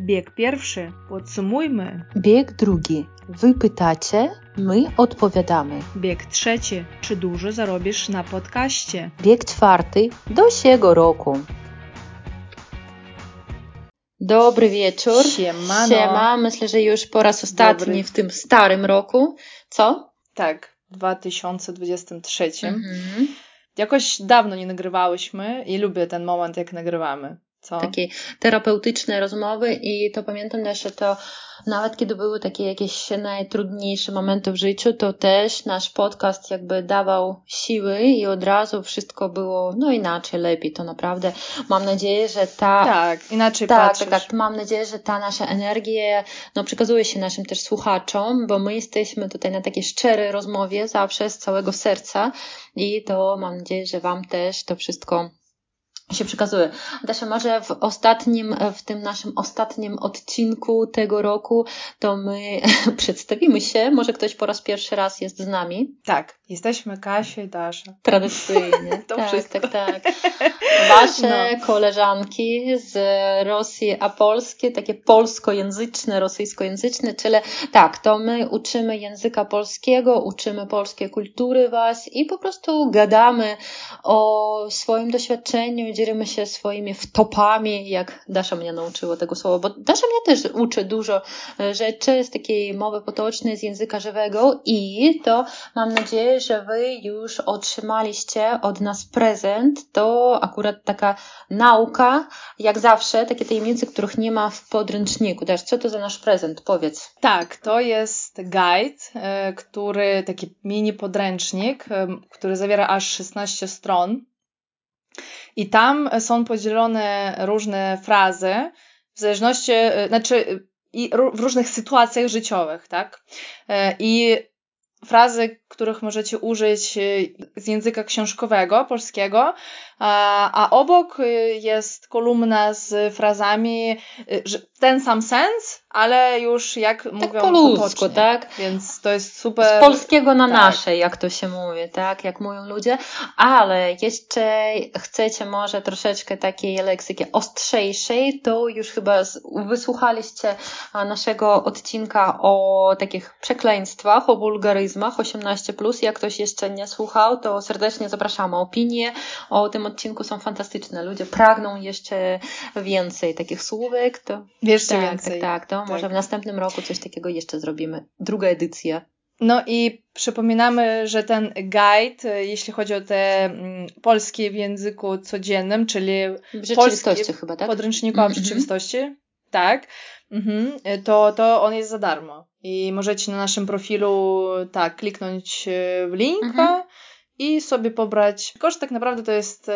Bieg pierwszy. Podsumujmy. Bieg drugi. Wy pytacie, my odpowiadamy. Bieg trzeci. Czy dużo zarobisz na podcaście? Bieg czwarty. Do siego roku. Dobry wieczór. Siemano. Siema. Myślę, że już po raz ostatni w tym starym roku. Co? Tak, 2023. Jakoś dawno nie nagrywałyśmy i lubię ten moment, jak nagrywamy. Co? Takie terapeutyczne rozmowy i to pamiętam też, że to nawet kiedy były takie jakieś najtrudniejsze momenty w życiu, to też nasz podcast jakby dawał siły i od razu wszystko było inaczej, lepiej. To naprawdę mam nadzieję, że inaczej patrzysz. Tak, mam nadzieję, że ta nasza energia przekazuje się naszym też słuchaczom, bo my jesteśmy tutaj na takiej szczerej rozmowie zawsze z całego serca i to mam nadzieję, że Wam też to wszystko się przekazuje. Dasza, może w tym naszym ostatnim odcinku tego roku to my przedstawimy się. Może ktoś po raz pierwszy raz jest z nami. Tak, jesteśmy Kasia i Dasza. Tradycyjnie. To wszystko. Tak. Wasze koleżanki z Rosji, a polskie, takie polskojęzyczne, rosyjskojęzyczne, czyli tak, to my uczymy języka polskiego, uczymy polskiej kultury Was i po prostu gadamy o swoim doświadczeniu, dzielimy się swoimi wtopami, jak Dasza mnie nauczyła tego słowa, bo Dasza mnie też uczy dużo rzeczy z takiej mowy potocznej, z języka żywego i to mam nadzieję, że Wy już otrzymaliście od nas prezent. To akurat taka nauka, jak zawsze, takie tajemnice, których nie ma w podręczniku. Dasz, co to za nasz prezent? Powiedz. Tak, to jest guide, taki mini podręcznik, który zawiera aż 16 stron. I tam są podzielone różne frazy, w zależności, w różnych sytuacjach życiowych, tak? I frazy, których możecie użyć z języka książkowego, polskiego, a obok jest kolumna z frazami w ten sam sens, ale już jak mówią po ludzku, potocznie. tak? Więc to jest super. Z polskiego na nasze, jak to się mówi, tak? Jak mówią ludzie. Ale jeszcze chcecie może troszeczkę takiej leksyki ostrzejszej, to już chyba wysłuchaliście naszego odcinka o takich przekleństwach, o wulgaryzmach 18+. Jak ktoś jeszcze nie słuchał, to serdecznie zapraszamy. Opinie o tym odcinku są fantastyczne. Ludzie pragną jeszcze więcej takich słówek. To więcej. Tak. Może w następnym roku coś takiego jeszcze zrobimy. Druga edycja. No i przypominamy, że ten guide, jeśli chodzi o te polskie w języku codziennym, czyli w rzeczywistości chyba, tak? Podręcznikowa w rzeczywistości, tak, to on jest za darmo. I możecie na naszym profilu kliknąć w linka i sobie pobrać. Koszt tak naprawdę to jest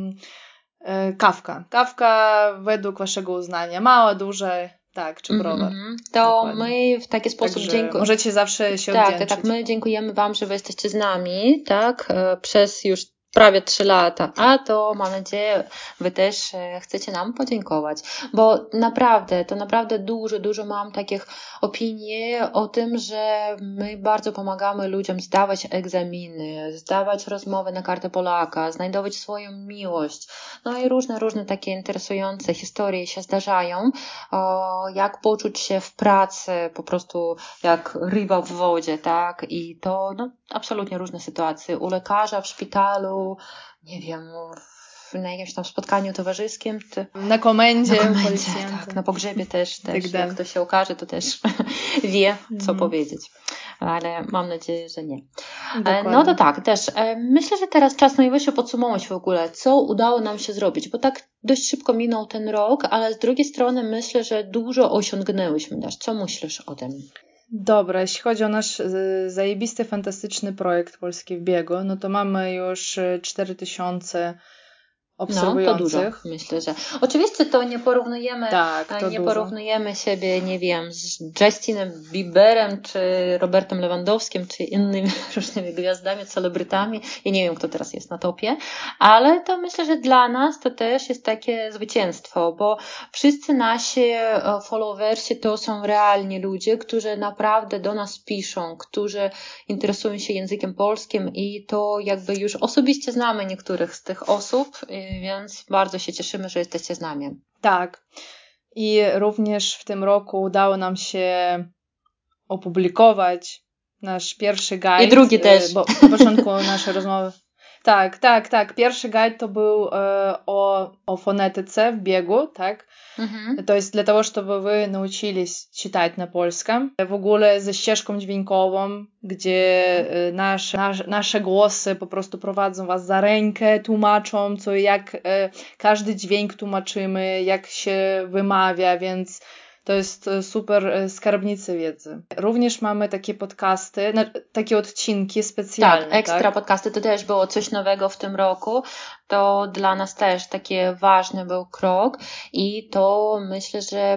kawka. Kawka według waszego uznania. Mała, duże. Tak, czy browar. To dokładnie. My w taki sposób dziękujemy. Możecie zawsze się odwdzięczyć. Tak, my dziękujemy Wam, że Wy jesteście z nami, tak, przez już prawie 3 lata, a to mam nadzieję, Wy też chcecie nam podziękować, bo naprawdę dużo mam takich opinii o tym, że my bardzo pomagamy ludziom zdawać egzaminy, zdawać rozmowy na kartę Polaka, znajdować swoją miłość, i różne takie interesujące historie się zdarzają, jak poczuć się w pracy, po prostu jak ryba w wodzie, tak, i to absolutnie różne sytuacje, u lekarza, w szpitalu, nie wiem, na jakimś tam spotkaniu towarzyskim. Na komendzie tak, na pogrzebie też jak to się okaże, to też wie, co powiedzieć. Ale mam nadzieję, że nie. Dokładnie. To tak, też myślę, że teraz czas najwyższy podsumować w ogóle, co udało nam się zrobić, bo tak dość szybko minął ten rok, ale z drugiej strony myślę, że dużo osiągnęłyśmy. Co myślisz o tym? Dobra, jeśli chodzi o nasz zajebisty, fantastyczny projekt Polskie w biegu, to mamy już 4000 obserwujących. To dużo, myślę, że. Oczywiście to nie porównujemy, porównujemy siebie, nie wiem, z Justinem Bieberem, czy Robertem Lewandowskim, czy innymi różnymi gwiazdami, celebrytami. Ja nie wiem, kto teraz jest na topie, ale to myślę, że dla nas to też jest takie zwycięstwo, bo wszyscy nasi followersi to są realni ludzie, którzy naprawdę do nas piszą, którzy interesują się językiem polskim i to jakby już osobiście znamy niektórych z tych osób, więc bardzo się cieszymy, że jesteście z nami. Tak. I również w tym roku udało nam się opublikować nasz pierwszy guide. I drugi też. Bo na początku naszej rozmowy... Tak. Pierwszy guide to był o fonetyce w biegu, tak? To jest dla того, чтобы вы научились читать на польском. W ogóle ze ścieżką dźwiękową, gdzie nasze głosy po prostu prowadzą was za rękę, tłumaczą, jak każdy dźwięk tłumaczymy, jak się wymawia, więc to jest super skarbnicy wiedzy. Również mamy takie podcasty, takie odcinki specjalne. Tak, ekstra podcasty to też było coś nowego w tym roku. To dla nas też taki ważny był krok i to myślę, że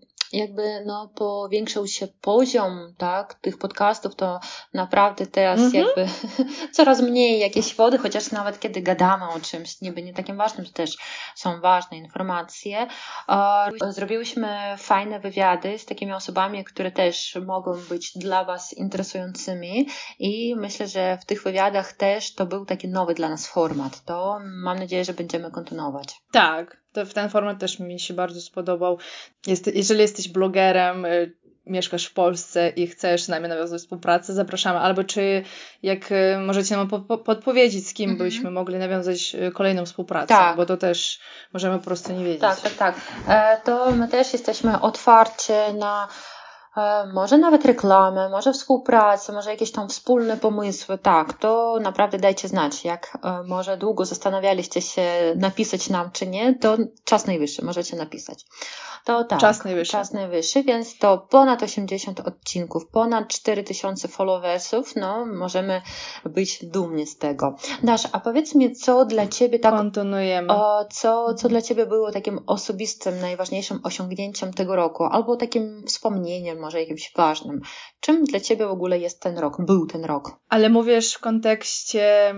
powiększył się poziom, tak, tych podcastów, to naprawdę teraz coraz mniej jakieś wody, chociaż nawet kiedy gadamy o czymś niby nie takim ważnym, to też są ważne informacje. Zrobiłyśmy fajne wywiady z takimi osobami, które też mogą być dla Was interesującymi i myślę, że w tych wywiadach też to był taki nowy dla nas format. To mam nadzieję, że będziemy kontynuować. Tak. Ten format też mi się bardzo spodobał. Jeżeli jesteś blogerem, mieszkasz w Polsce i chcesz z nami nawiązać współpracę, zapraszamy. Albo jak możecie nam podpowiedzieć, z kim byśmy mogli nawiązać kolejną współpracę, bo to też możemy po prostu nie wiedzieć. Tak. To my też jesteśmy otwarci na może nawet reklamę, może współpracę, może jakieś tam wspólne pomysły. Tak, to naprawdę dajcie znać. Jak może długo zastanawialiście się napisać nam czy nie, to czas najwyższy, możecie napisać. To tak, czas najwyższy, więc to ponad 80 odcinków, ponad 4000 followersów, możemy być dumni z tego. Dasza, a powiedz mi, co dla Ciebie kontynuujemy. Co dla Ciebie było takim osobistym, najważniejszym osiągnięciem tego roku, albo takim wspomnieniem, może jakimś ważnym. Czym dla Ciebie w ogóle jest ten rok, był ten rok? Ale mówisz w kontekście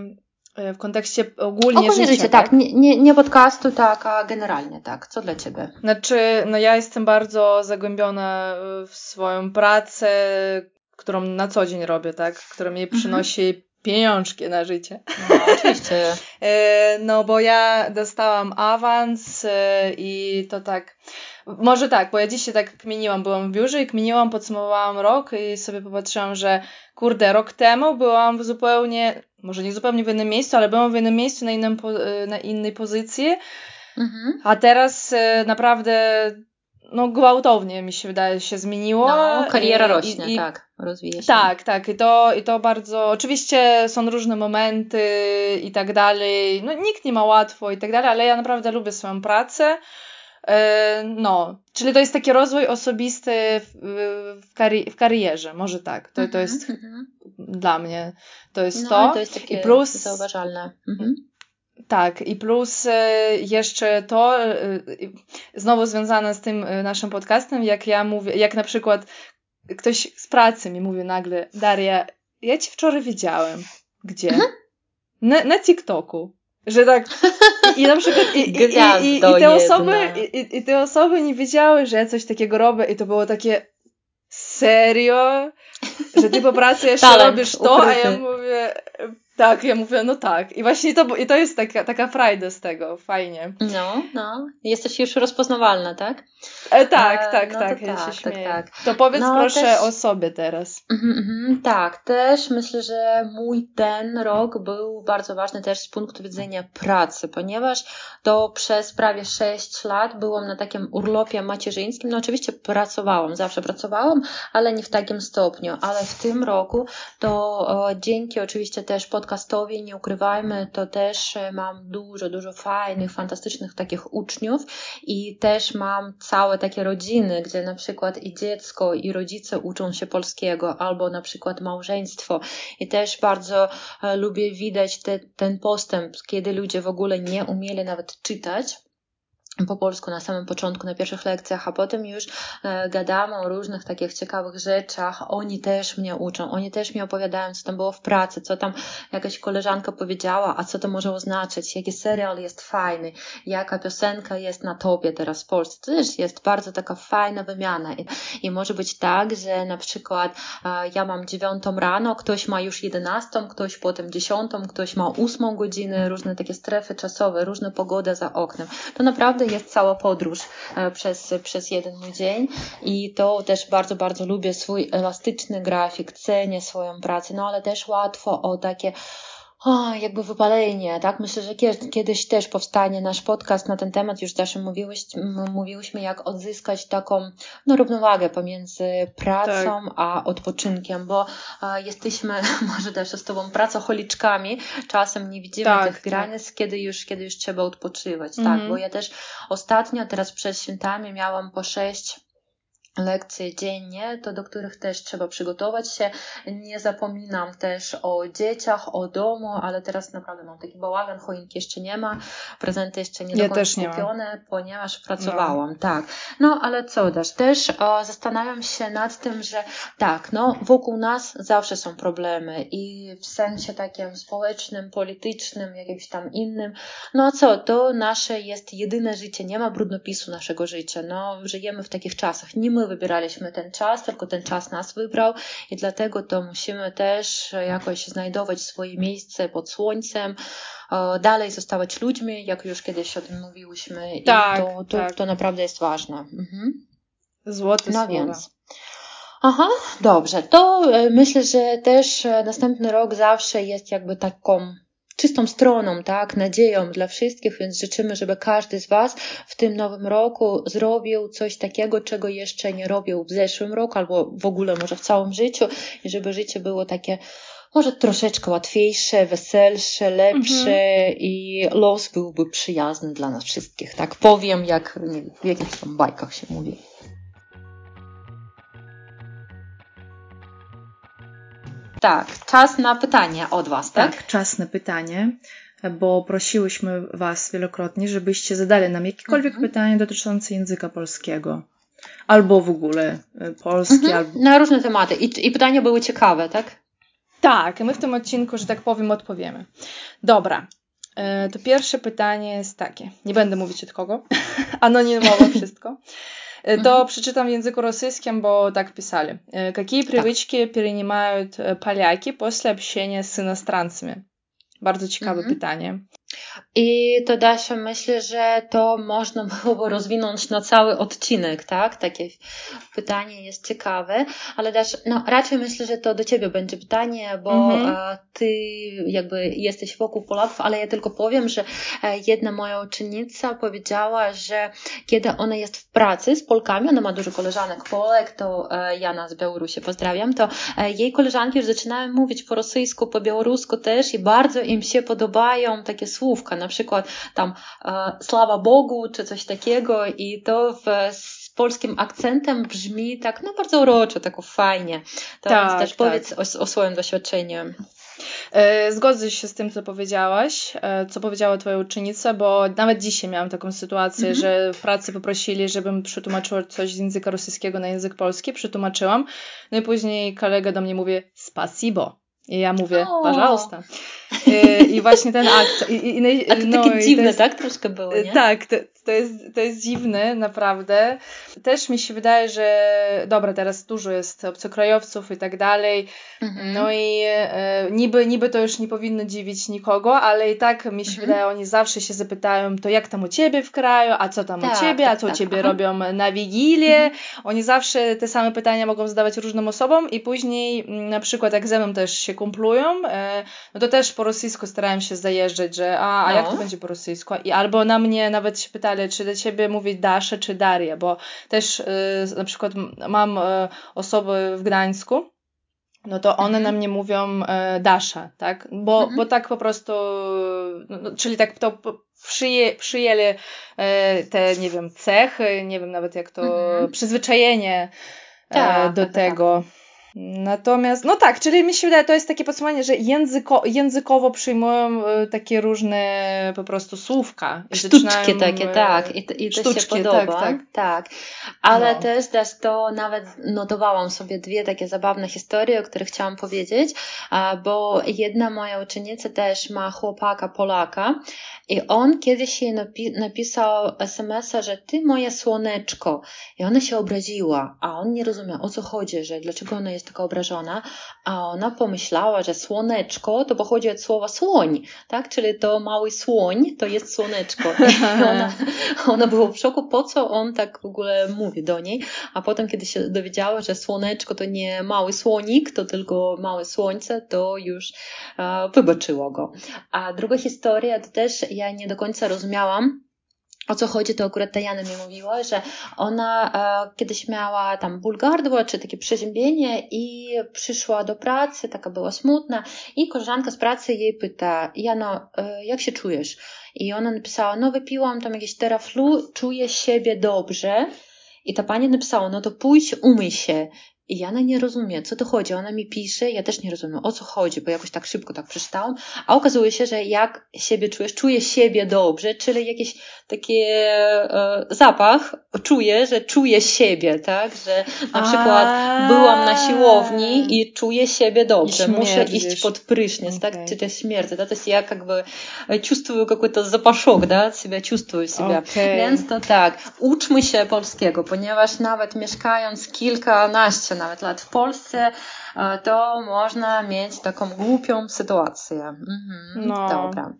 ogólnie życia, tak? Nie podcastu, tak, a generalnie, tak. Co dla Ciebie? Znaczy, ja jestem bardzo zagłębiona w swoją pracę, którą na co dzień robię, tak? Która mi przynosi pieniążki na życie. Oczywiście. Bo ja dostałam awans i to tak... Może tak, bo ja dzisiaj tak kminiłam, byłam w biurze i kminiłam, podsumowałam rok i sobie popatrzyłam, że rok temu byłam może nie zupełnie w innym miejscu, ale byłam w innym miejscu, na innej pozycji, a teraz naprawdę gwałtownie mi się wydaje się zmieniło. Kariera rośnie, tak, rozwija się. Tak, i to bardzo, oczywiście są różne momenty i tak dalej, nikt nie ma łatwo i tak dalej, ale ja naprawdę lubię swoją pracę. Czyli to jest taki rozwój osobisty w karierze, może tak. To jest dla mnie, to jest to. To jest takie i plus, zauważalne. Tak, i plus jeszcze to, znowu związane z tym naszym podcastem, jak ja mówię, jak na przykład ktoś z pracy mi mówi nagle: Daria, ja Cię wczoraj widziałem. Gdzie? Na TikToku. Że tak. I na przykład te osoby nie wiedziały, że ja coś takiego robię i to było takie serio? Że ty po pracy jeszcze robisz to, ukryty. A ja mówię tak, tak. I właśnie to jest taka frajda z tego, fajnie. Jesteś już rozpoznawalna, tak? Tak, ja się śmieję. Tak. To powiedz proszę też o sobie teraz. Tak, też myślę, że mój ten rok był bardzo ważny też z punktu widzenia pracy, ponieważ to przez prawie 6 lat byłam na takim urlopie macierzyńskim. Oczywiście zawsze pracowałam, ale nie w takim stopniu, ale w tym roku to dzięki oczywiście też podcastowi, nie ukrywajmy, to też mam dużo fajnych, fantastycznych takich uczniów i też mam całe takie rodziny, gdzie na przykład i dziecko, i rodzice uczą się polskiego, albo na przykład małżeństwo. I też bardzo lubię widać ten postęp, kiedy ludzie w ogóle nie umieli nawet czytać po polsku na samym początku, na pierwszych lekcjach, a potem już gadamy o różnych takich ciekawych rzeczach. Oni też mnie uczą, oni też mi opowiadają, co tam było w pracy, co tam jakaś koleżanka powiedziała, a co to może oznaczać, jaki serial jest fajny, jaka piosenka jest na topie teraz w Polsce. To też jest bardzo taka fajna wymiana. I może być tak, że na przykład ja mam 9 rano, ktoś ma już 11, ktoś potem 10, ktoś ma 8 godzinę, różne takie strefy czasowe, różne pogody za oknem. To naprawdę jest cała podróż przez jeden mój dzień i to też bardzo, bardzo lubię swój elastyczny grafik, cenię swoją pracę, no ale też łatwo o takie jakby wypalenie, tak? Myślę, że kiedyś też powstanie nasz podcast na ten temat. Już zawsze mówiłyśmy, jak odzyskać taką równowagę pomiędzy pracą a odpoczynkiem, bo jesteśmy może też z tobą pracocholiczkami. Czasem nie widzimy tych granic, kiedy już trzeba odpoczywać. Tak, bo ja też ostatnio, teraz przed świętami miałam po 6 lekcje dziennie, to do których też trzeba przygotować się. Nie zapominam też o dzieciach, o domu, ale teraz naprawdę mam taki bałagan, choinki jeszcze nie ma, prezenty jeszcze nie do końca kupione, ponieważ pracowałam. Tak. No, ale co dasz? Też zastanawiam się nad tym, że tak, wokół nas zawsze są problemy i w sensie takim społecznym, politycznym, jakimś tam innym. No a co? To nasze jest jedyne życie, nie ma brudnopisu naszego życia. Żyjemy w takich czasach. Nie my wybieraliśmy ten czas, tylko ten czas nas wybrał i dlatego to musimy też jakoś znajdować swoje miejsce pod słońcem, dalej zostawać ludźmi, jak już kiedyś o tym mówiłyśmy i to naprawdę jest ważne. Złote słowa. Więc. Dobrze. To myślę, że też następny rok zawsze jest jakby taką czystą stroną, tak, nadzieją dla wszystkich, więc życzymy, żeby każdy z Was w tym nowym roku zrobił coś takiego, czego jeszcze nie robił w zeszłym roku, albo w ogóle może w całym życiu i żeby życie było takie może troszeczkę łatwiejsze, weselsze, lepsze i los byłby przyjazny dla nas wszystkich, tak powiem, jak w jakichś tam bajkach się mówi. Tak, czas na pytanie od Was, tak? Tak, czas na pytanie, bo prosiłyśmy Was wielokrotnie, żebyście zadali nam jakiekolwiek pytanie dotyczące języka polskiego. Albo w ogóle polski. Albo... Na różne tematy. I pytania były ciekawe, tak? Tak, my w tym odcinku, że tak powiem, odpowiemy. Dobra, to pierwsze pytanie jest takie. Nie będę mówić od kogo. Anonimowo wszystko. To przeczytam w języku rosyjskim, bo tak pisali. Какие привычки перенимают поляки после общения с иностранцами? Bardzo ciekawe pytanie. I to Dasia, myślę, że to można byłoby rozwinąć na cały odcinek, tak? Takie pytanie jest ciekawe, ale Dasia, raczej myślę, że to do Ciebie będzie pytanie, bo Ty jakby jesteś wokół Polaków, ale ja tylko powiem, że jedna moja uczennica powiedziała, że kiedy ona jest w pracy z Polkami, ona ma dużo koleżanek Polek, to Jana z Białorusi pozdrawiam, to jej koleżanki już zaczynają mówić po rosyjsku, po białorusku też i bardzo im się podobają takie słówka, na przykład tam sława Bogu, czy coś takiego i to z polskim akcentem brzmi tak, bardzo uroczo, tak fajnie. To więc też powiedz o swoim doświadczeniu. Zgodzę się z tym, co powiedziałaś, co powiedziała twoja uczennica, bo nawet dzisiaj miałam taką sytuację, że w pracy poprosili, żebym przetłumaczyła coś z języka rosyjskiego na język polski, przetłumaczyłam, no i później kolega do mnie mówi spasibo. I ja mówię, пожалуйста. I właśnie ten akcent. A to takie dziwne, jest, tak? Troszkę było, nie? Tak, to jest dziwne, naprawdę. Też mi się wydaje, że dobra, teraz dużo jest obcokrajowców i tak dalej. No i niby to już nie powinno dziwić nikogo, ale i tak mi się wydaje, oni zawsze się zapytają, to jak tam u Ciebie w kraju, a co tam u Ciebie, a co u Ciebie robią na Wigilię. Oni zawsze te same pytania mogą zadawać różnym osobom i później na przykład jak ze mną też się kumplują, no to też po rosyjsku starałem się zajeżdżać, że a jak to będzie po rosyjsku? I albo na mnie nawet się pytali, czy do Ciebie mówić Dasza czy Daria, bo też na przykład mam osoby w Gdańsku, no to one na mnie mówią Dasza, tak? Bo tak po prostu, czyli tak to przyjęli te, nie wiem, cechy, nie wiem nawet jak to, przyzwyczajenie do tego. Natomiast, czyli mi się wydaje, to jest takie podsumowanie, że językowo przyjmują takie różne po prostu słówka. Sztuczki takie, tak. I to się podoba. Tak. Ale też to nawet notowałam sobie 2 takie zabawne historie, o których chciałam powiedzieć, bo jedna moja uczennica też ma chłopaka Polaka i on kiedyś jej napisał SMS-a, że ty moje słoneczko. I ona się obraziła, a on nie rozumiał, o co chodzi, że dlaczego ona jest jest taka obrażona, a ona pomyślała, że słoneczko to pochodzi od słowa słoń, tak? Czyli to mały słoń to jest słoneczko. I ona była w szoku, po co on tak w ogóle mówi do niej, a potem, kiedy się dowiedziała, że słoneczko to nie mały słonik, to tylko małe słońce, to już wybaczyło go. A druga historia, to też ja nie do końca rozumiałam, o co chodzi, to akurat Tajana mi mówiła, że ona kiedyś miała tam ból gardła, czy takie przeziębienie i przyszła do pracy, taka była smutna i koleżanka z pracy jej pyta, Jano, jak się czujesz? I ona napisała, no wypiłam tam jakieś Theraflu, czuję siebie dobrze. I ta pani napisała, no to pójdź, umyj się. I Jana nie rozumie, co to chodzi. Ona mi pisze, ja też nie rozumiem, o co chodzi, bo jakoś tak szybko tak przeczytałam. A okazuje się, że jak siebie czujesz, czuję siebie dobrze, czyli jakiś taki zapach, czuję, że czuję siebie, tak? Że na przykład byłam na siłowni i czuję siebie dobrze, muszę iść pod prysznic, tak? Czy to śmierdzę, да? То есть я как бы чувствую какой-то запашок, да, себя чувствую себя. Więc to tak, uczmy się polskiego, ponieważ nawet mieszkając kilkanaście nawet lat w Polsce, to można mieć taką głupią sytuację. No. Dobra.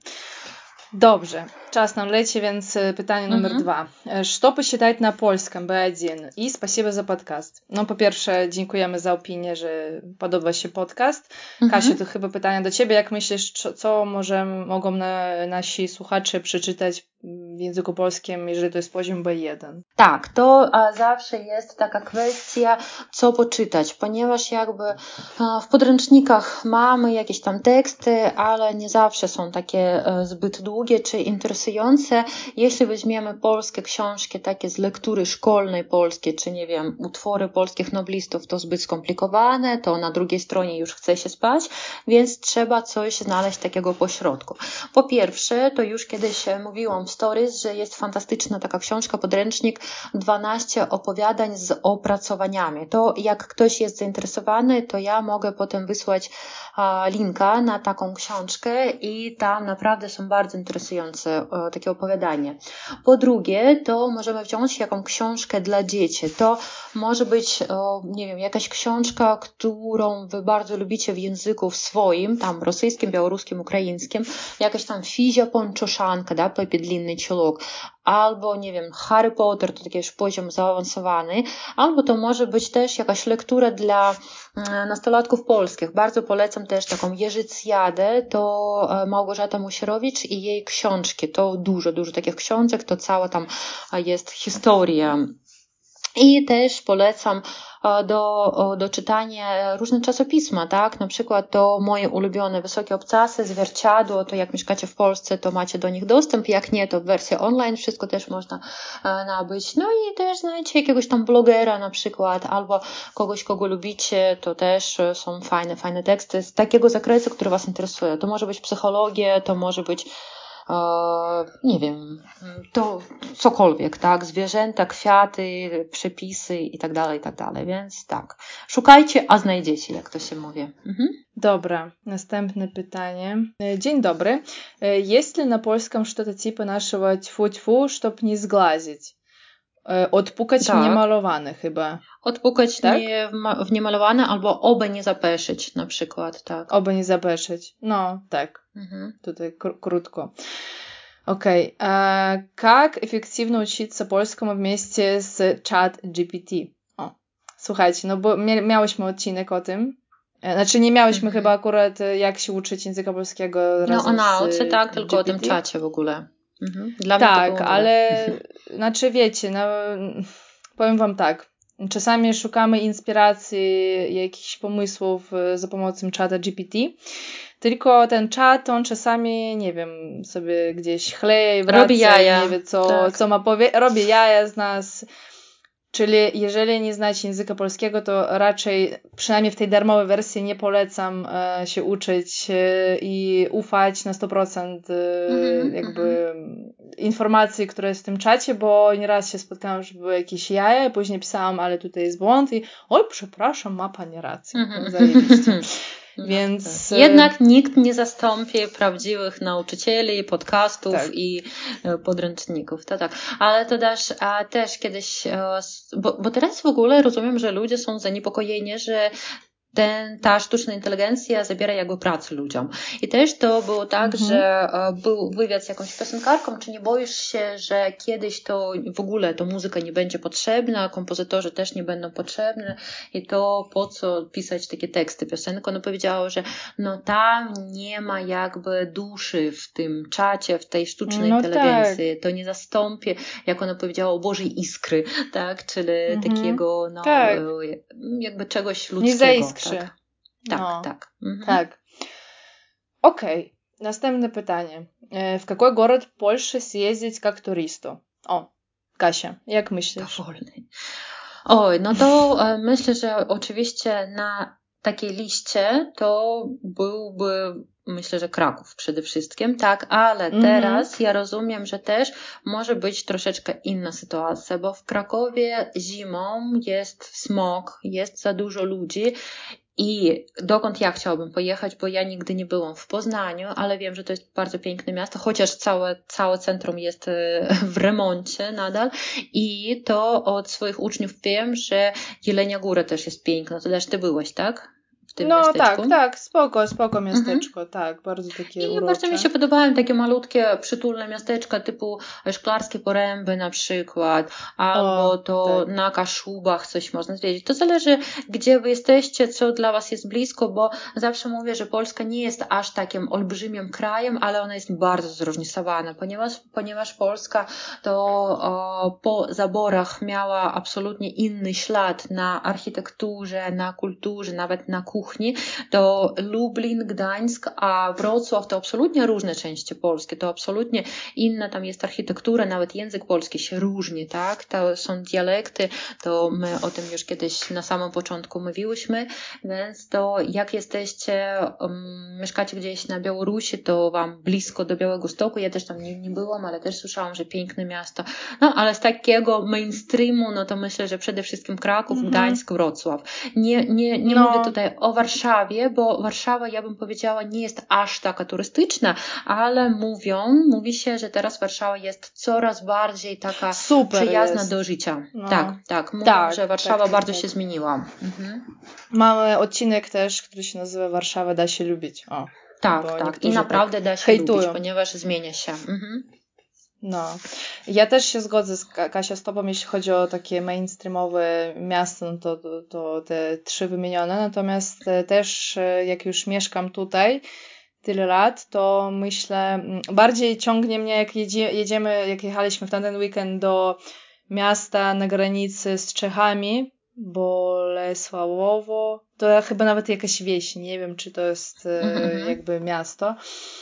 Dobrze, czas nam leci, więc pytanie numer 2. Что посчитать на польском B1? I спасибо za podcast. No po pierwsze dziękujemy za opinię, że podoba się podcast. Kasiu, to chyba pytanie do ciebie. Jak myślisz, co mogą nasi słuchacze przeczytać w języku polskim, jeżeli to jest poziom B1? Tak, to zawsze jest taka kwestia, co poczytać, ponieważ jakby w podręcznikach mamy jakieś tam teksty, ale nie zawsze są takie zbyt długie czy interesujące. Jeśli weźmiemy polskie książki takie z lektury szkolnej polskiej, czy nie wiem, utwory polskich noblistów, to zbyt skomplikowane, to na drugiej stronie już chce się spać, więc trzeba coś znaleźć takiego pośrodku. Po pierwsze, to już kiedyś mówiłam w stories, że jest fantastyczna taka książka, podręcznik 12 opowiadań z opracowaniami. To jak ktoś jest zainteresowany, to ja mogę potem wysłać linka na taką książkę i tam naprawdę są bardzo interesujące takie opowiadania. Po drugie, to możemy wziąć jakąś książkę dla dzieci. To może być, nie wiem, jakaś książka, którą wy bardzo lubicie w języku swoim, tam rosyjskim, białoruskim, ukraińskim, jakaś tam Fizia Pończoszanka, da, Pepe Длинный Чулок, albo, nie wiem, Harry Potter, to taki już poziom zaawansowany, albo to może być też jakaś lektura dla nastolatków polskich. Bardzo polecam też taką Jerzycjadę, to Małgorzata Musierowicz i jej książki. To dużo takich książek, to cała tam jest historia. I też polecam do czytania różne czasopisma, tak? Na przykład to moje ulubione Wysokie Obcasy, Zwierciadło, to jak mieszkacie w Polsce, to macie do nich dostęp, jak nie, to w wersji online wszystko też można nabyć. No i też znajdziecie jakiegoś tam blogera na przykład, albo kogoś, kogo lubicie, to też są fajne teksty z takiego zakresu, który was interesuje. To może być psychologia, to może być nie wiem, to cokolwiek, tak? Zwierzęta, kwiaty, przepisy i tak dalej, więc tak. Szukajcie, a znajdziecie, jak to się mówi. Dobra, następne pytanie. Dzień dobry. Есть ли на польском что-то типа нашего тьфу-тьфу, чтоб не сглазить? Odpukać w niemalowane chyba. Odpukać tak? w niemalowane albo oby nie zapeszyć na przykład, tak. Oby nie zapeszyć. No, tak. Tutaj krótko. Okej. Как эффективно учиться польскому вместе z ChatGPT? O, słuchajcie, no bo miałyśmy odcinek o tym. Znaczy nie miałyśmy chyba akurat jak się uczyć języka polskiego razem o nauce, tak, tylko GPT. o tym czacie w ogóle. Dla tak, mnie to było ale znaczy wiecie, no powiem wam tak. Czasami szukamy inspiracji, jakichś pomysłów za pomocą czata GPT. Tylko ten czat, on czasami, nie wiem, sobie gdzieś chleje i wraca, robi jaja. Nie wie, co ma powiedzieć. Robi jaja z nas. Czyli jeżeli nie znacie języka polskiego, to raczej, przynajmniej w tej darmowej wersji, nie polecam się uczyć i ufać na 100% jakby informacji, które jest w tym czacie, bo nieraz się spotkałam, że były jakieś jaja i później pisałam, ale tutaj jest błąd i oj, przepraszam, ma pani rację. Zajebiście. Więc jednak nikt nie zastąpi prawdziwych nauczycieli, podcastów i podręczników. To tak. Ale to też kiedyś, bo teraz w ogóle rozumiem, że ludzie są zaniepokojeni, że ta sztuczna inteligencja zabiera jakby pracę ludziom. I też to było tak, że był wywiad z jakąś piosenkarką, czy nie boisz się, że kiedyś to w ogóle to muzyka nie będzie potrzebna, kompozytorzy też nie będą potrzebni i to po co pisać takie teksty piosenek? Ona powiedziała, że tam nie ma jakby duszy w tym czacie, w tej sztucznej inteligencji. Tak. To nie zastąpi, jak ona powiedziała, Bożej iskry, tak? Czyli takiego jakby czegoś ludzkiego. Nie zaiskrzy. Tak. Tak. Tak. Okej. Następne pytanie. W какой город Польши съездить как туристу? Kasia, jak myślisz? Dowolny. Oj, to myślę, że oczywiście na takiej liście to byłby, myślę, że Kraków przede wszystkim, tak, ale teraz ja rozumiem, że też może być troszeczkę inna sytuacja, bo w Krakowie zimą jest smog, jest za dużo ludzi i dokąd ja chciałabym pojechać, bo ja nigdy nie byłam w Poznaniu, ale wiem, że to jest bardzo piękne miasto, chociaż całe centrum jest w remoncie nadal i to od swoich uczniów wiem, że Jelenia Góra też jest piękna. To też ty byłeś, tak? W tym miasteczku? Tak, spoko miasteczko, tak, bardzo takie urocze. I bardzo mi się podobają takie malutkie, przytulne miasteczka typu Szklarskie Poręby na przykład, albo na Kaszubach coś można zwiedzić. To zależy, gdzie wy jesteście, co dla was jest blisko, bo zawsze mówię, że Polska nie jest aż takim olbrzymim krajem, ale ona jest bardzo zróżnicowana, ponieważ Polska to po zaborach miała absolutnie inny ślad na architekturze, na kulturze, nawet na kuchni, to Lublin, Gdańsk, a Wrocław to absolutnie różne części Polski, to absolutnie inna tam jest architektura, nawet język polski się różni, tak? To są dialekty, to my o tym już kiedyś na samym początku mówiłyśmy, więc to jak jesteście, mieszkacie gdzieś na Białorusi, to wam blisko do Białegostoku, ja też tam nie byłam, ale też słyszałam, że piękne miasto, ale z takiego mainstreamu, to myślę, że przede wszystkim Kraków, Gdańsk, Wrocław. Nie mówię tutaj o Warszawie, bo Warszawa, ja bym powiedziała, nie jest aż taka turystyczna, ale mówi się, że teraz Warszawa jest coraz bardziej taka przyjazna do życia. Tak. Mówią, że Warszawa bardzo się zmieniła. Mamy odcinek też, który się nazywa Warszawa da się lubić. Tak. I naprawdę da się lubić, ponieważ zmienia się. Ja też się zgodzę, Kasia, z tobą, jeśli chodzi o takie mainstreamowe miasta, to te 3 wymienione, natomiast też jak już mieszkam tutaj tyle lat, to myślę, bardziej ciągnie mnie, jak jechaliśmy w tamten weekend do miasta na granicy z Czechami, Bolesławowo, to chyba nawet jakaś wieś, nie wiem, czy to jest jakby miasto.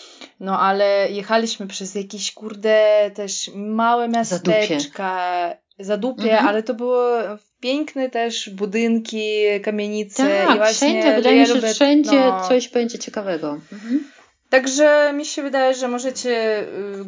Ale jechaliśmy przez jakieś, też małe miasteczka, Zadupie, ale to były piękne też budynki, kamienice. Tak, i właśnie wszędzie, wydaje mi się, że wszędzie coś będzie ciekawego. Także mi się wydaje, że możecie,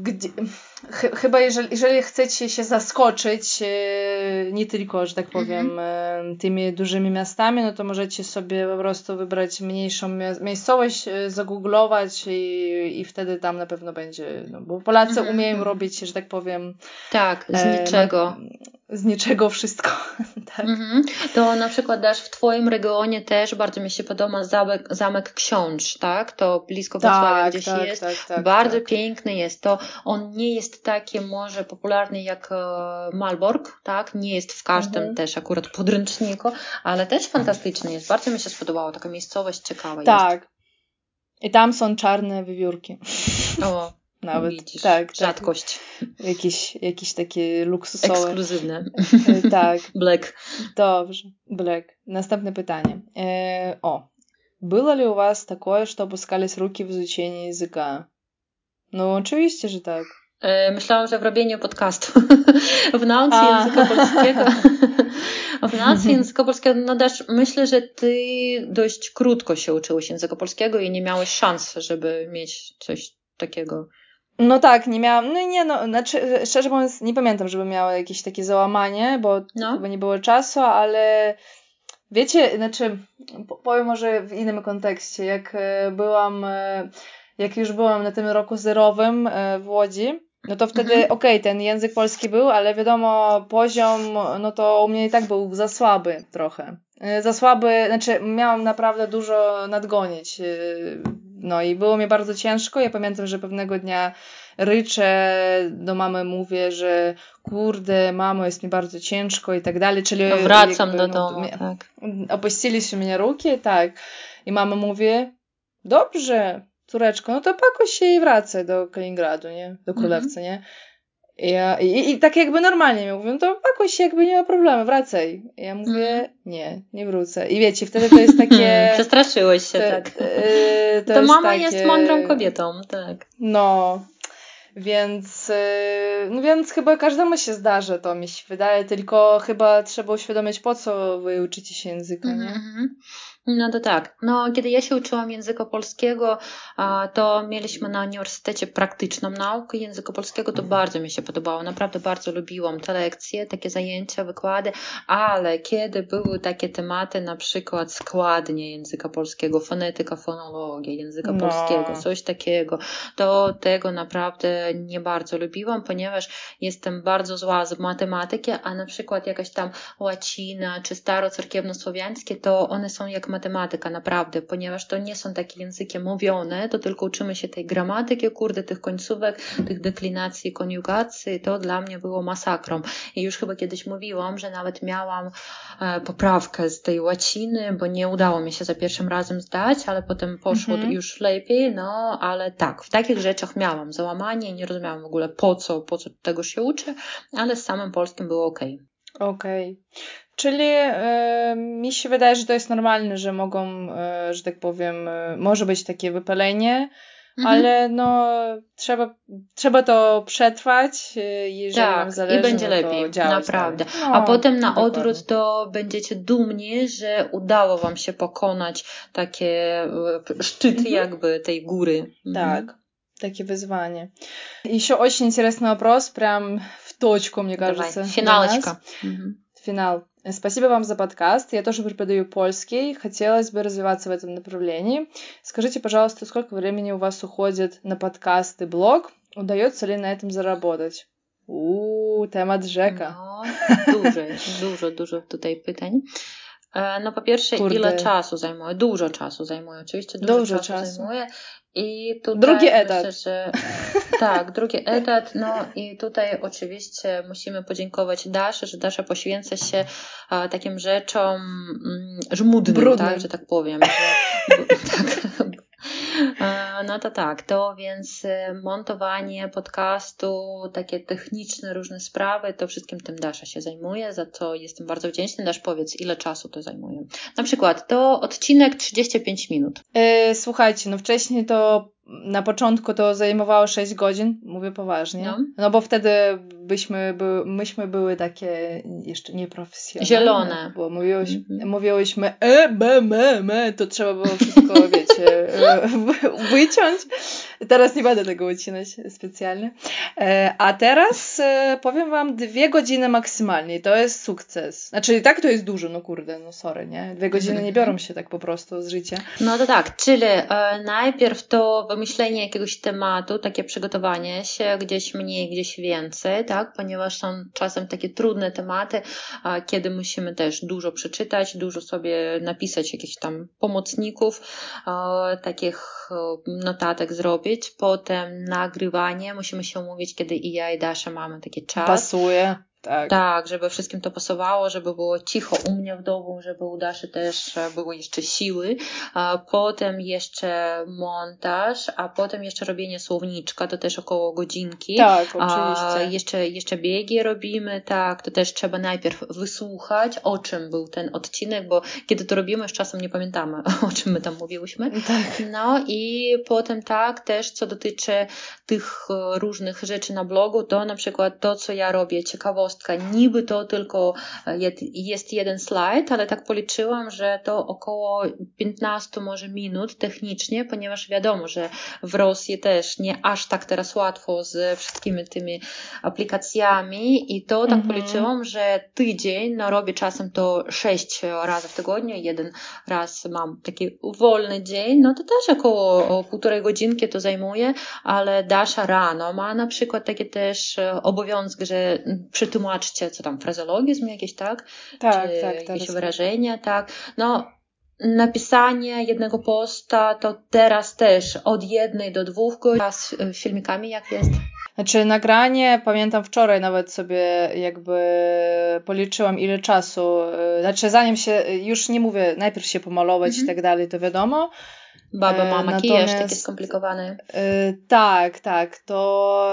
chyba jeżeli chcecie się zaskoczyć, nie tylko, że tak powiem, tymi dużymi miastami, to możecie sobie po prostu wybrać mniejszą miejscowość, zagooglować i wtedy tam na pewno będzie, bo Polacy umieją robić, że tak powiem, tak, z niczego. Z niczego wszystko. Tak. To na przykład też w twoim regionie też bardzo mi się podoba Zamek Książ, tak? To blisko Wrocławia gdzieś jest. Bardzo piękny jest. To on nie jest taki może popularny jak Malbork, tak? Nie jest w każdym też akurat podręczniku, ale też fantastyczny jest. Bardzo mi się spodobało. Taka miejscowość ciekawa jest. I tam są czarne wiewiórki. Nawet. Widzisz, rzadkość. Jakieś takie luksusowe. Ekskluzywne. Tak. Black. Dobrze. Black. Następne pytanie. Было ли у вас такое, что опускались руки в изучении языка? Oczywiście, że tak. Myślałam, że w robieniu podcastu. W nauce języka polskiego. W nauce języka polskiego, też myślę, że ty dość krótko się uczyłeś języka polskiego i nie miałeś szans, żeby mieć coś takiego. Tak, nie miałam, znaczy, szczerze mówiąc, nie pamiętam, żeby miała jakieś takie załamanie, bo chyba nie było czasu, ale wiecie, powiem może w innym kontekście, jak już byłam na tym roku zerowym w Łodzi, no to wtedy okej, ten język polski był, ale wiadomo, poziom, no to u mnie i tak był za słaby trochę. Za słaby, znaczy miałam naprawdę dużo nadgonić. No i było mi bardzo ciężko. Ja pamiętam, że pewnego dnia ryczę do mamy, mówię, że kurde, mamo, jest mi bardzo ciężko i tak dalej. Czyli wracam do domu, tak. Opuściliśmy mnie ruki, tak. I mama mówi, dobrze, córeczko, no to pakuj się i wracaj do Kaliningradu, nie? Do Królewca, nie? I tak jakby normalnie mi mówią, to pakuj się, jakby nie ma problemu, wracaj. I ja mówię, nie wrócę. I wiecie, wtedy to jest takie... Przestraszyłeś się, tak. To mama takie... jest mądrą kobietą, tak. No, więc chyba każdemu się zdarzy, to mi się wydaje, tylko chyba trzeba uświadomić, po co wy uczycie się języka, nie? No to tak. No, kiedy ja się uczyłam języka polskiego, to mieliśmy na uniwersytecie praktyczną naukę języka polskiego. To bardzo mi się podobało. Naprawdę bardzo lubiłam te lekcje, takie zajęcia, wykłady, ale kiedy były takie tematy, na przykład składnie języka polskiego, fonetyka, fonologia języka polskiego, coś takiego, to tego naprawdę nie bardzo lubiłam, ponieważ jestem bardzo zła z matematyki, a na przykład jakaś tam łacina czy starocerkiewnosłowiańskie, to one są jak matematyka, naprawdę, ponieważ to nie są takie języki mówione, to tylko uczymy się tej gramatyki, tych końcówek, tych deklinacji, koniugacji, to dla mnie było masakrą. I już chyba kiedyś mówiłam, że nawet miałam poprawkę z tej łaciny, bo nie udało mi się za pierwszym razem zdać, ale potem poszło już lepiej, no, ale tak, w takich rzeczach miałam załamanie i nie rozumiałam w ogóle po co tego się uczy, ale z samym polskim było okej. Okej. Czyli mi się wydaje, że to jest normalne, że mogą, że tak powiem, może być takie wypalenie, ale no trzeba to przetrwać, jeżeli nam zależy, i będzie no to lepiej, działać naprawdę. Dalej. No, a potem na dokładnie. odwrót to będziecie dumni, że udało wam się pokonać takie szczyty jakby tej góry. Так, takie wyzwanie. Еще очень интересный вопрос, прям в точку, мне кажется. Финалочка. Финал. Спасибо вам за подкаст. Я тоже преподаю польский. Хотелось бы развиваться в этом направлении. Скажите, пожалуйста, сколько времени у вас уходит на подкаст и блог? Удается ли на этом заработать? Temat rzeka. No, dużo tutaj pytań. No po pierwsze, ile czasu zajmuje? Dużo czasu zajmuje. Oczywiście dużo czasu zajmuje. I tutaj drugi etat. Myślę, że tak, drugi etat. No i tutaj oczywiście musimy podziękować Daszy, że Dasza poświęca się takim rzeczom żmudnym, tak, że tak powiem. No to tak, to więc montowanie podcastu, takie techniczne różne sprawy, to wszystkim tym Dasza się zajmuje, za co jestem bardzo wdzięczna. Dasz, powiedz, ile czasu to zajmuje? Na przykład to odcinek 35 minut. Słuchajcie, no wcześniej to na początku to zajmowało 6 godzin, mówię poważnie. No bo wtedy myśmy były takie jeszcze nieprofesjonalne. Zielone. Bo mówiłyśmy to trzeba było wszystko, wiecie, wyciąć. Teraz nie będę tego ucinać specjalnie. A teraz powiem wam 2 godziny maksymalnie i to jest sukces. Znaczy i tak to jest dużo, no kurde, no sorry, nie? 2 godziny nie biorą się tak po prostu z życia. No to tak, czyli najpierw to wymyślenie jakiegoś tematu, takie przygotowanie się, gdzieś mniej, gdzieś więcej, tak? Ponieważ są czasem takie trudne tematy, kiedy musimy też dużo przeczytać, dużo sobie napisać jakichś tam pomocników, takich notatek zrobić. Potem nagrywanie, musimy się umówić, kiedy i ja, i Dasza mamy taki czas. Pasuje. Tak, żeby wszystkim to pasowało, żeby było cicho u mnie w domu, żeby u Daszy też były jeszcze siły, a potem jeszcze montaż, a potem jeszcze robienie słowniczka, to też około godzinki. Tak, oczywiście. Jeszcze biegi robimy, tak, to też trzeba najpierw wysłuchać, o czym był ten odcinek, bo kiedy to robimy, już czasem nie pamiętamy, o czym my tam mówiłyśmy. Tak. No i potem tak, też co dotyczy tych różnych rzeczy na blogu, to na przykład to, co ja robię, ciekawostki, ciekawostka, niby to tylko jest jeden slajd, ale tak policzyłam, że to około 15 może minut technicznie, ponieważ wiadomo, że w Rosji też nie aż tak teraz łatwo z wszystkimi tymi aplikacjami i to tak policzyłam, że tydzień, no robię czasem to 6 razy w tygodniu, jeden raz mam taki wolny dzień, no to też około półtorej godzinki to zajmuje, ale Dasza rano ma na przykład takie też obowiązek, że przetłumaczcie, co tam, frazeologizm jakieś, tak? Tak, Czy tak, jakieś wyrażenia, tak? No, napisanie jednego posta to teraz też od 1 do 2 godzin, a z filmikami jak jest? Znaczy nagranie, pamiętam wczoraj nawet sobie jakby policzyłam ile czasu, znaczy zanim się, już nie mówię, najpierw się pomalować i tak dalej, to wiadomo. Baba ma makijaż taki skomplikowany. Tak, to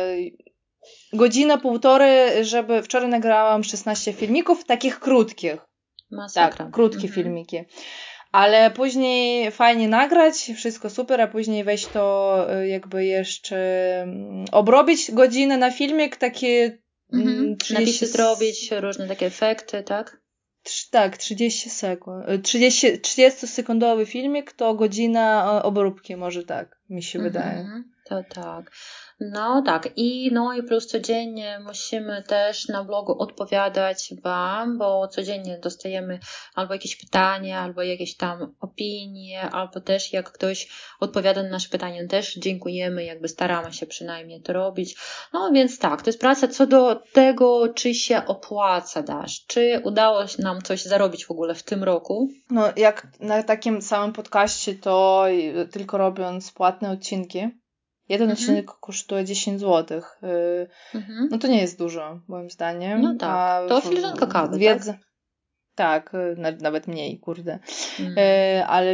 godzina, półtorej, żeby wczoraj nagrałam 16 filmików, takich krótkich. Masakra. Tak, krótkie filmiki. Ale później fajnie nagrać, wszystko super, a później weź to jakby jeszcze obrobić godzinę na filmik, takie 30... Napisy zrobić, różne takie efekty, tak? Tak, 30 sekund. 30-sekundowy filmik to godzina obróbki, może tak mi się wydaje. To tak. No tak. I plus codziennie musimy też na blogu odpowiadać Wam, bo codziennie dostajemy albo jakieś pytania, albo jakieś tam opinie, albo też jak ktoś odpowiada na nasze pytania, też dziękujemy, jakby staramy się przynajmniej to robić. No więc tak, to jest praca co do tego, czy się opłaca, Dasz, czy udało się nam coś zarobić w ogóle w tym roku? No jak na takim samym podcaście, to tylko robiąc płatne odcinki, jeden odcinek kosztuje 10 zł. No to nie jest dużo, moim zdaniem. No tak, to filiżanka kawy, wiedza, tak? Tak, nawet mniej, kurde. Ale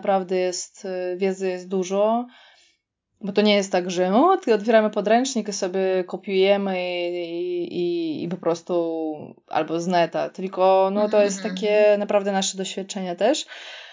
wiedzy jest dużo, bo to nie jest tak, że otwieramy podręcznik i sobie kopiujemy i po prostu albo z neta, tylko to jest takie naprawdę nasze doświadczenie też.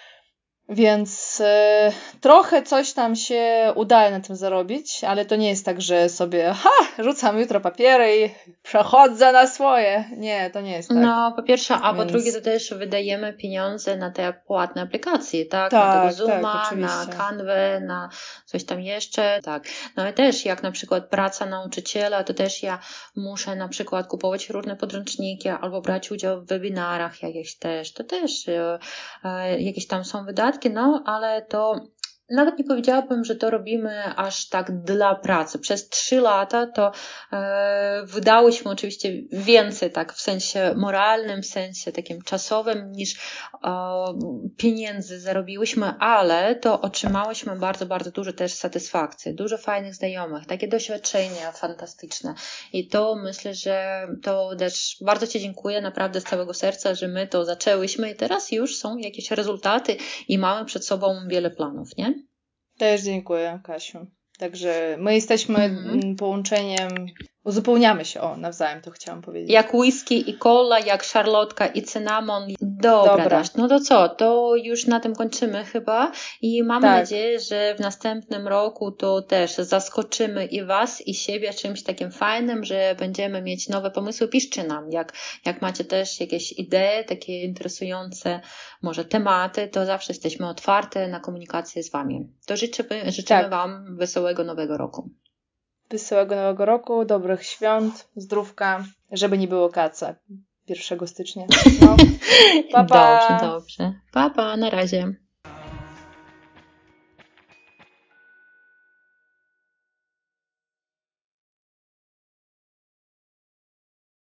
Więc trochę coś tam się udaje na tym zarobić, ale to nie jest tak, że sobie rzucam jutro papiery i przechodzę na swoje. Nie, to nie jest tak. No, po pierwsze, a po drugie to też wydajemy pieniądze na te płatne aplikacje, tak? Na tego Zooma, na Canvę, na coś tam jeszcze, tak. No i też jak na przykład praca nauczyciela, to też ja muszę na przykład kupować różne podręczniki albo brać udział w webinarach jakichś też, to też jakieś tam są wydatki, ale to nawet nie powiedziałabym, że to robimy aż tak dla pracy. Przez 3 lata to wydałyśmy oczywiście więcej tak w sensie moralnym, w sensie takim czasowym niż pieniędzy zarobiłyśmy, ale to otrzymałyśmy bardzo, bardzo dużo też satysfakcji, dużo fajnych znajomych, takie doświadczenia fantastyczne i to myślę, że to też bardzo Ci dziękuję naprawdę z całego serca, że my to zaczęłyśmy i teraz już są jakieś rezultaty i mamy przed sobą wiele planów, nie? Też dziękuję, Kasiu. Także my jesteśmy połączeniem, uzupełniamy się, nawzajem to chciałam powiedzieć. Jak whisky i cola, jak szarlotka i cynamon. Dobra. Dasz, no to co, to już na tym kończymy chyba i mamy nadzieję, że w następnym roku to też zaskoczymy i Was, i siebie czymś takim fajnym, że będziemy mieć nowe pomysły. Piszcie nam, jak macie też jakieś idee, takie interesujące może tematy, to zawsze jesteśmy otwarte na komunikację z Wami. To życzymy Wam wesołego nowego roku. Wesołego nowego roku, dobrych świąt, zdrówka, żeby nie było kaca 1 stycznia. Pa, pa. Dobrze. Pa, na razie.